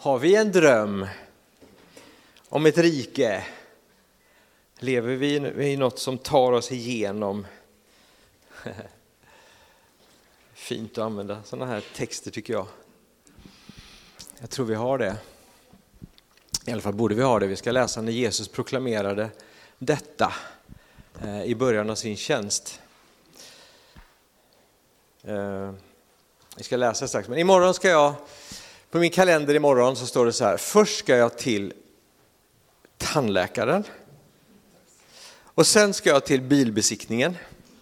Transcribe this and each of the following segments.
Har vi en dröm om ett rike? Lever vi i något som tar oss igenom? Fint att använda sådana här texter tycker jag. Jag tror vi har det. I alla fall borde vi ha det. Vi ska läsa när Jesus proklamerade detta i början av sin tjänst. Vi ska läsa strax. Men imorgon ska jag, på min kalender imorgon så står det så här. Först ska jag till tandläkaren. Och sen ska jag till bilbesiktningen.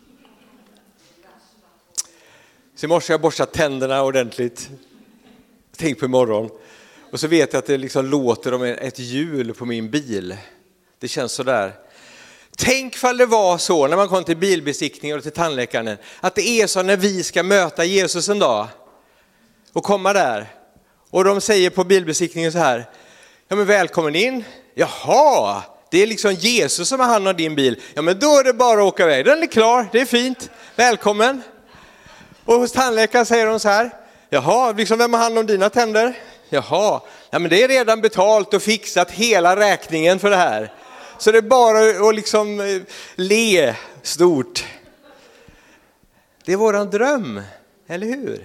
Så i morse har jag borstat tänderna ordentligt. Tänk på imorgon. Och så vet jag att det liksom låter om ett hjul på min bil. Det känns så där. Tänk fall det var så när man kom till bilbesiktningen och till tandläkaren. Att det är så när vi ska möta Jesus en dag. Och komma där. Och de säger på bilbesiktningen så här. Ja men välkommen in. Jaha, det är liksom Jesus som har hand om din bil. Ja men då är det bara att åka iväg. Den är klar, det är fint. Välkommen. Och hos tandläkaren säger de så här. Jaha, liksom vem har hand om dina tänder? Jaha, ja men det är redan betalt och fixat hela räkningen för det här. Så det är bara att liksom le stort. Det är våran dröm, eller hur?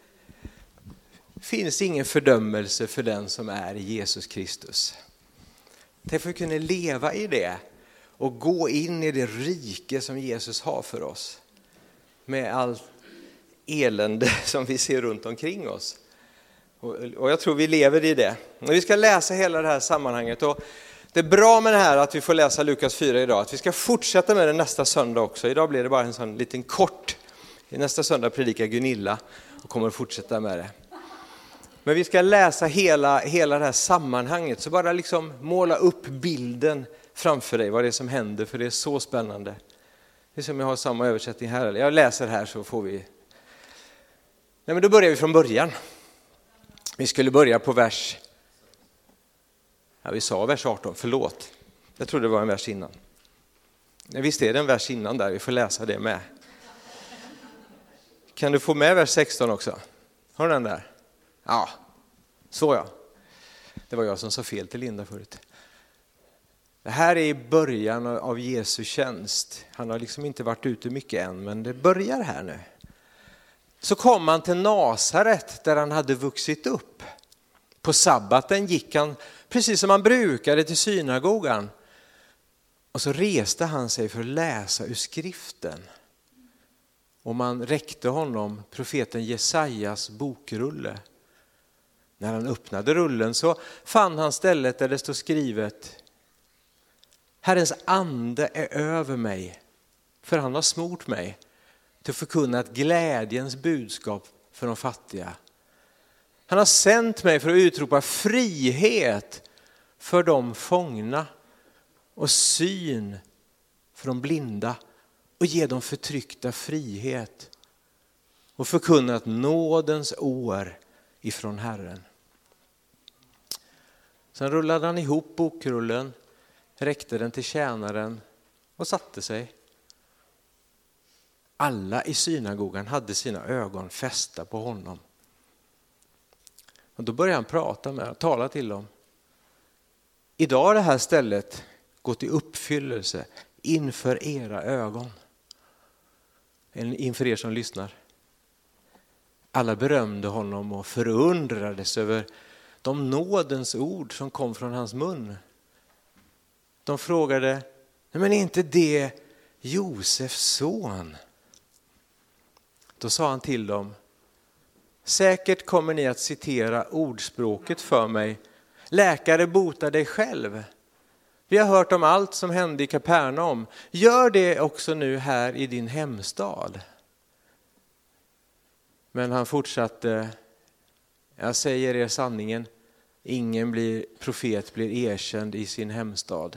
Finns ingen fördömelse för den som är i Jesus Kristus. Tänk för att kunna leva i det och gå in i det rike som Jesus har för oss. Med allt elände som vi ser runt omkring oss. Och jag tror vi lever i det. Men vi ska läsa hela det här sammanhanget. Och det är bra med det här att vi får läsa Lukas 4 idag. Att vi ska fortsätta med det nästa söndag också. Idag blir det bara en sån liten kort. Nästa söndag predikar Gunilla och kommer att fortsätta med det. Men vi ska läsa hela det här sammanhanget. Så bara liksom måla upp bilden framför dig. Vad det är som händer. För det är så spännande. Det är som jag har samma översättning här. Jag läser här så får vi... Nej men då börjar vi från början. Vi skulle börja på vers... Ja vi sa vers 18, förlåt. Jag trodde det var en vers innan. Nej, visst är det en vers innan där, vi får läsa det med. Kan du få med vers 16 också? Har du den där? Ja, så ja. Det var jag som sa fel till Linda förut. Det här är i början av Jesu tjänst. Han har liksom inte varit ute mycket än, men det börjar här nu. Så kom han till Nasaret där han hade vuxit upp. På sabbaten gick han, precis som han brukade, till synagogan. Och så reste han sig för att läsa ur skriften. Och man räckte honom profeten Jesajas bokrulle. När han öppnade rullen så fann han stället där det stod skrivet: Herrens ande är över mig, för han har smort mig till att förkunna ett glädjens budskap för de fattiga. Han har sänt mig för att utropa frihet för de fångna och syn för de blinda och ge dem förtryckta frihet och förkunna ett nådens år ifrån Herren. Sen rullade han ihop bokrullen, räckte den till tjänaren och satte sig. Alla i synagogan hade sina ögon fästa på honom. Och då började han prata med och tala till dem. Idag har det här stället gått i uppfyllelse inför era ögon. Inför er som lyssnar. Alla berömde honom och förundrades över de nådens ord som kom från hans mun. De frågade, men är inte det Josefs son? Då sa han till dem, säkert kommer ni att citera ordspråket för mig. Läkare, bota dig själv. Vi har hört om allt som hände i Kapernaum. Gör det också nu här i din hemstad. Men han fortsatte, jag säger er sanningen, ingen profet blir erkänd i sin hemstad.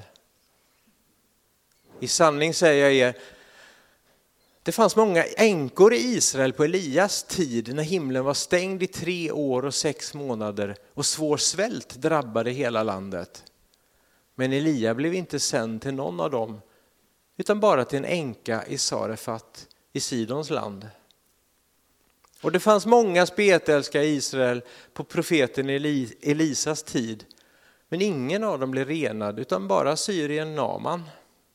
I sanning säger jag er, det fanns många änkor i Israel på Elias tid när himlen var stängd i 3 år och 6 månader och svår svält drabbade hela landet. Men Elia blev inte sänd till någon av dem utan bara till en änka i Sarefat i Sidons land. Och det fanns många spetälskare i Israel på profeten Elisas tid. Men ingen av dem blev renad utan bara syrien Naaman.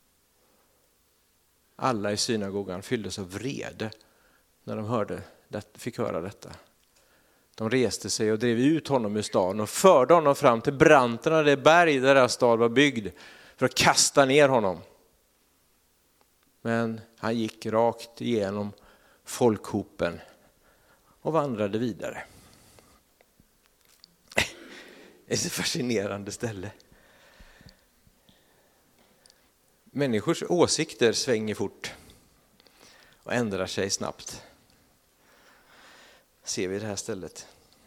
Alla i synagogan fylldes av vrede när de fick höra detta. De reste sig och drev ut honom ur staden och förde honom fram till branten av det berg där deras stad var byggd för att kasta ner honom. Men han gick rakt igenom folkhopen och vandrade vidare. Det är ett fascinerande ställe. Människors åsikter svänger fort och ändrar sig snabbt. Ser vi det här stället.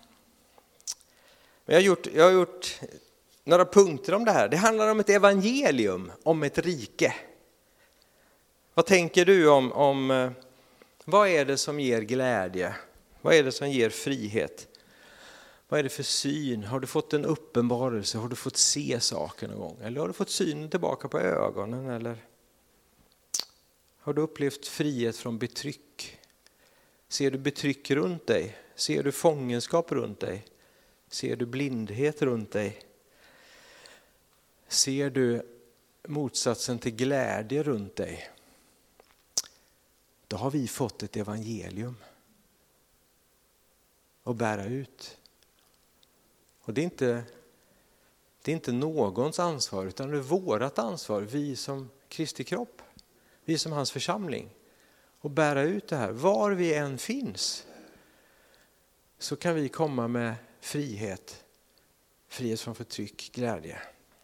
Men jag har gjort några punkter om det här. Det handlar om ett evangelium, om ett rike. Vad tänker du om vad är det som ger glädje? Vad är det som ger frihet? Vad är det för syn? Har du fått en uppenbarelse? Har du fått se saker någon gång? Eller har du fått synen tillbaka på ögonen? Eller har du upplevt frihet från betryck? Ser du betryck runt dig? Ser du fångenskap runt dig? Ser du blindhet runt dig? Ser du motsatsen till glädje runt dig? Då har vi fått ett evangelium att bära ut. Och det är inte någons ansvar utan det är vårt ansvar, vi som Kristi kropp, vi som hans församling. Och bära ut det här, var vi än finns så kan vi komma med frihet från förtryck, glädje.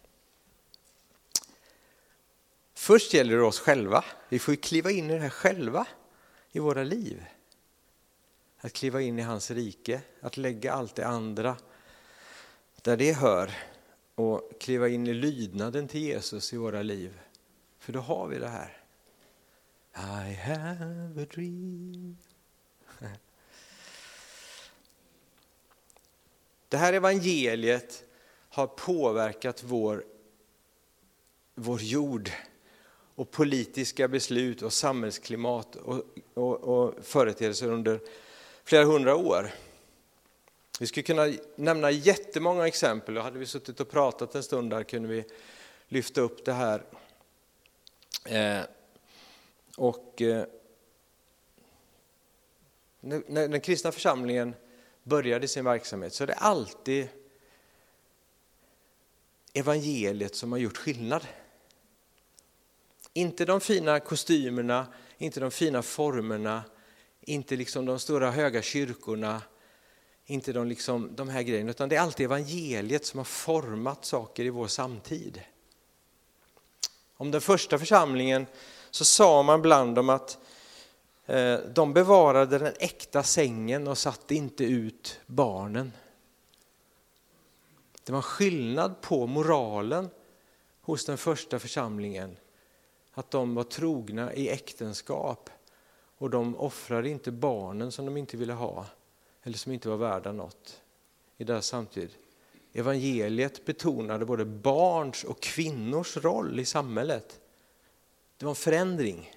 Först gäller det oss själva, vi får kliva in i det här själva i våra liv. Att kliva in i hans rike, att lägga allt det andra där det hör och kliva in i lydnaden till Jesus i våra liv. För då har vi det här. I have a dream. Det här evangeliet har påverkat vår jord och politiska beslut och samhällsklimat och företeelser under flera hundra år. Vi skulle kunna nämna jättemånga exempel och hade vi suttit och pratat en stund där kunde vi lyfta upp det här. När den kristna församlingen började sin verksamhet så är det alltid evangeliet som har gjort skillnad. Inte de fina kostymerna, inte de fina formerna, inte liksom de stora höga kyrkorna, inte de här grejerna, utan det är alltid evangeliet som har format saker i vår samtid. Om den första församlingen så sa man bland dem att de bevarade den äkta sängen och satte inte ut barnen. Det var skillnad på moralen hos den första församlingen. Att de var trogna i äktenskap och de offrade inte barnen som de inte ville ha eller som inte var värda något i deras samtid. Evangeliet betonade både barns och kvinnors roll i samhället. Det var en förändring.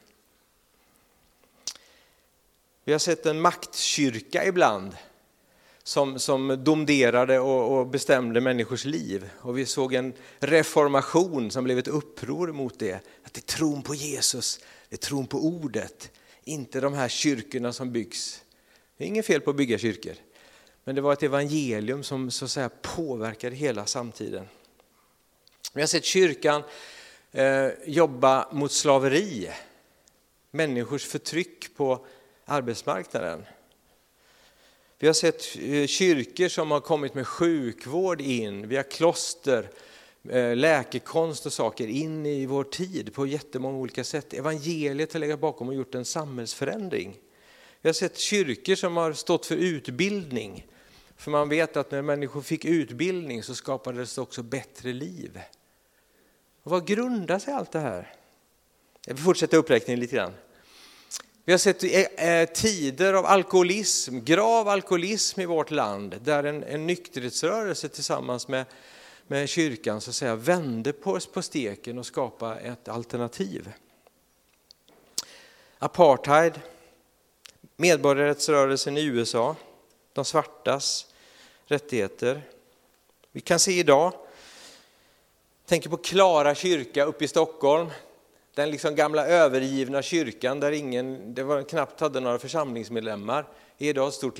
Vi har sett en maktkyrka ibland som domderade och bestämde människors liv. Och vi såg en reformation som blev ett uppror mot det. Att det är tron på Jesus, det är tron på ordet. Inte de här kyrkorna som byggs. Det är inget fel på att bygga kyrkor. Men det var ett evangelium som så att säga påverkade hela samtiden. Vi har sett kyrkan jobba mot slaveri. Människors förtryck på arbetsmarknaden. Vi har sett kyrkor som har kommit med sjukvård in. Vi har kloster, läkekonst och saker in i vår tid på jättemånga olika sätt. Evangeliet har legat bakom och gjort en samhällsförändring. Vi har sett kyrkor som har stått för utbildning. För man vet att när människor fick utbildning så skapades det också bättre liv. Och vad grundar sig allt det här? Jag vill fortsätta uppräkningen lite grann. Vi har sett tider av alkoholism, grav alkoholism i vårt land. Där en nykterhetsrörelse tillsammans med kyrkan så att säga, vände på steken och skapade ett alternativ. Apartheid, Medborgarrättsrörelsen i USA, de svartas rättigheter. Vi kan se idag, tänker på Klara kyrka uppe i Stockholm. Den liksom gamla övergivna kyrkan där det var knappt hade några församlingsmedlemmar. Är idag ett stort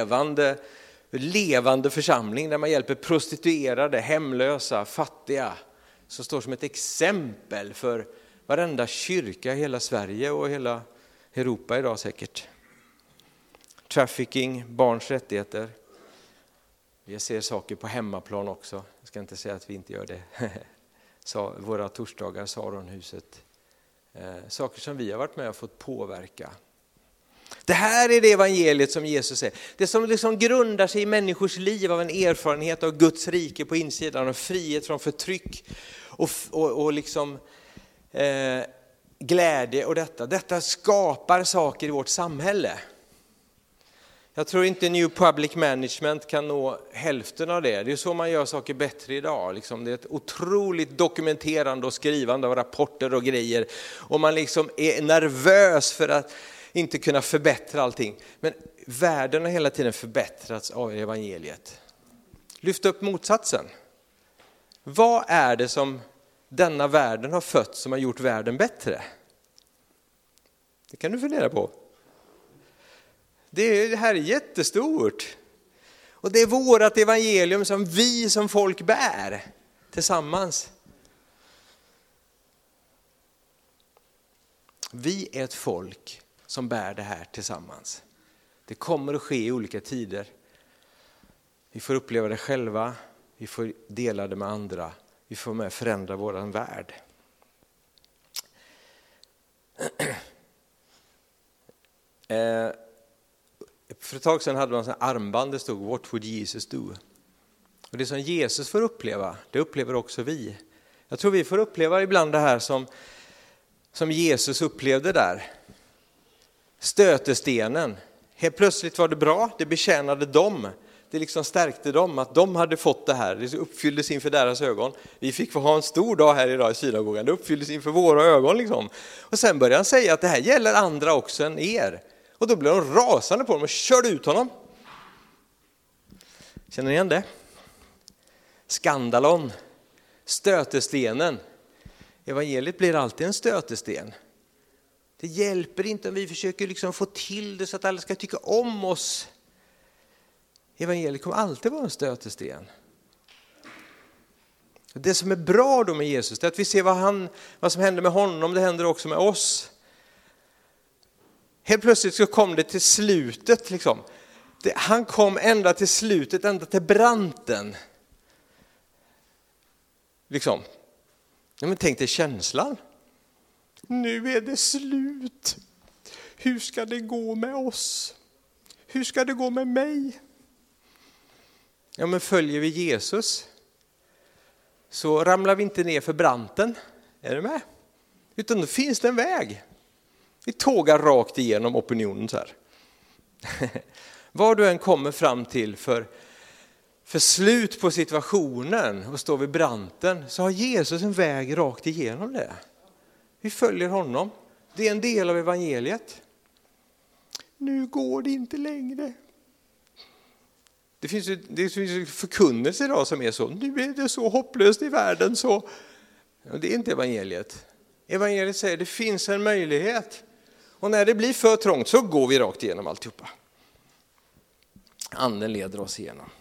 levande församling där man hjälper prostituerade, hemlösa, fattiga. Som står som ett exempel för varenda kyrka i hela Sverige och hela Europa idag säkert. Trafficking, barns rättigheter. Vi ser saker på hemmaplan också. Jag ska inte säga att vi inte gör det. Våra torsdagar, Saronhuset. Saker som vi har varit med och fått påverka. Det här är det evangeliet som Jesus säger. Det som liksom grundar sig i människors liv av en erfarenhet av Guds rike på insidan och frihet från förtryck och liksom glädje och detta. Detta skapar saker i vårt samhälle. Jag tror inte New Public Management kan nå hälften av det. Det är så man gör saker bättre idag. Liksom det är ett otroligt dokumenterande och skrivande av rapporter och grejer. Och man liksom är nervös för att inte kunna förbättra allting. Men världen har hela tiden förbättrats av evangeliet. Lyft upp motsatsen. Vad är det som denna världen har fött som har gjort världen bättre? Det kan du fundera på. Det här är jättestort. Och det är vårat evangelium som vi som folk bär tillsammans. Vi är ett folk som bär det här tillsammans. Det kommer att ske i olika tider. Vi får uppleva det själva. Vi får dela det med andra. Vi får med förändra våran värld. För ett tag sedan hade man en armband det stod What would Jesus do? Och det som Jesus får uppleva, det upplever också vi. Jag tror vi får uppleva ibland det här som Jesus upplevde där. Stötestenen. Helt plötsligt var det bra, det betjänade dem. Det liksom stärkte dem att de hade fått det här. Det uppfylldes inför deras ögon. Vi fick få ha en stor dag här idag i synagogan. Det uppfylldes inför våra ögon liksom. Och sen började han säga att det här gäller andra också än er. Och då blev de rasande på dem och körde ut honom. Känner ni igen det? Skandalon. Stötestenen. Evangeliet blir alltid en stötesten. Det hjälper inte om vi försöker liksom få till det så att alla ska tycka om oss. Evangeliet kommer alltid vara en stötesten. Det som är bra då med Jesus är att vi ser vad som händer med honom, det händer också med oss. Helt plötsligt så kom det till slutet. Liksom. Han kom ända till slutet, ända till branten. Liksom. Ja, men tänk dig känslan. Nu är det slut. Hur ska det gå med oss? Hur ska det gå med mig? Ja, men följer vi Jesus så ramlar vi inte ner för branten. Är du med? Utan då finns det en väg. Vi tågar rakt igenom opinionen så här. Vad du än kommer fram till för slut på situationen och står vid branten så har Jesus en väg rakt igenom det. Vi följer honom. Det är en del av evangeliet. Nu går det inte längre. Det finns ju förkunnelse idag som är så. Nu är det så hopplöst i världen så. Ja, det är inte evangeliet. Evangeliet säger att det finns en möjlighet. Och när det blir för trångt så går vi rakt igenom alltihopa. Anden leder oss igenom.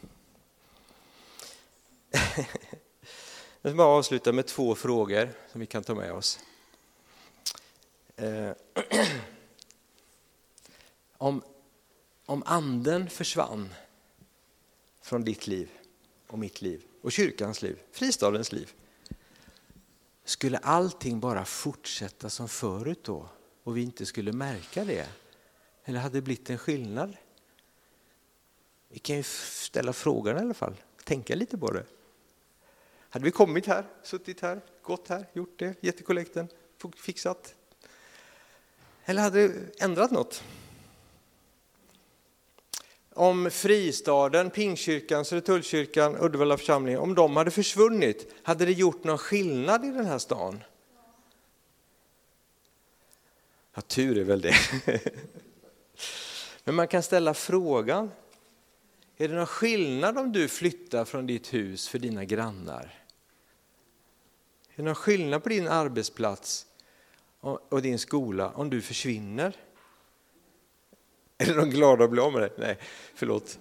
Jag ska bara avsluta med 2 frågor som vi kan ta med oss. Om anden försvann från ditt liv och mitt liv och kyrkans liv, fristadens liv, skulle allting bara fortsätta som förut då och vi inte skulle märka det? Eller hade det blivit en skillnad? Vi kan ju ställa frågan i alla fall, tänka lite på det. Hade vi kommit här, suttit här, gått här, gjort det, gett i kollekten, fixat? Eller hade det ändrat något? Om Fristaden, Pingstkyrkan, Södertullkyrkan, Uddevalla församling, om de hade försvunnit, hade det gjort någon skillnad i den här stan? Ja, tur är väl det. Men man kan ställa frågan, är det någon skillnad om du flyttar från ditt hus för dina grannar? Är det någon skillnad på din arbetsplats och din skola om du försvinner? Är de glada att bli av med det? Nej, förlåt.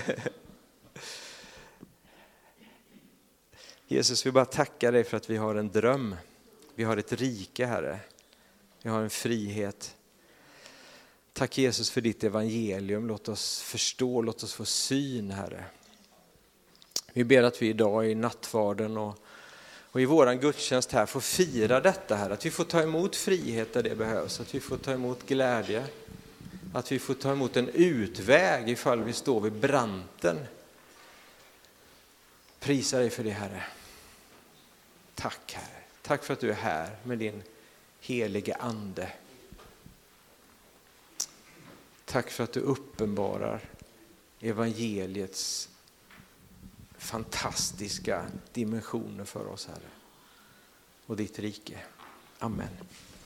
Jesus, vi bara tackar dig för att vi har en dröm. Vi har ett rike, Herre. Vi har en frihet. Tack Jesus för ditt evangelium. Låt oss förstå, låt oss få syn, Herre. Vi ber att vi idag i nattvarden och i våran gudstjänst här får fira detta, här. Att vi får ta emot frihet där det behövs. Att vi får ta emot glädje. Att vi får ta emot en utväg ifall vi står vid branten. Prisa dig för det, Herre. Tack, Herre. Tack för att du är här med din helige ande. Tack för att du uppenbarar evangeliets fantastiska dimensioner för oss, Herre. Och ditt rike. Amen.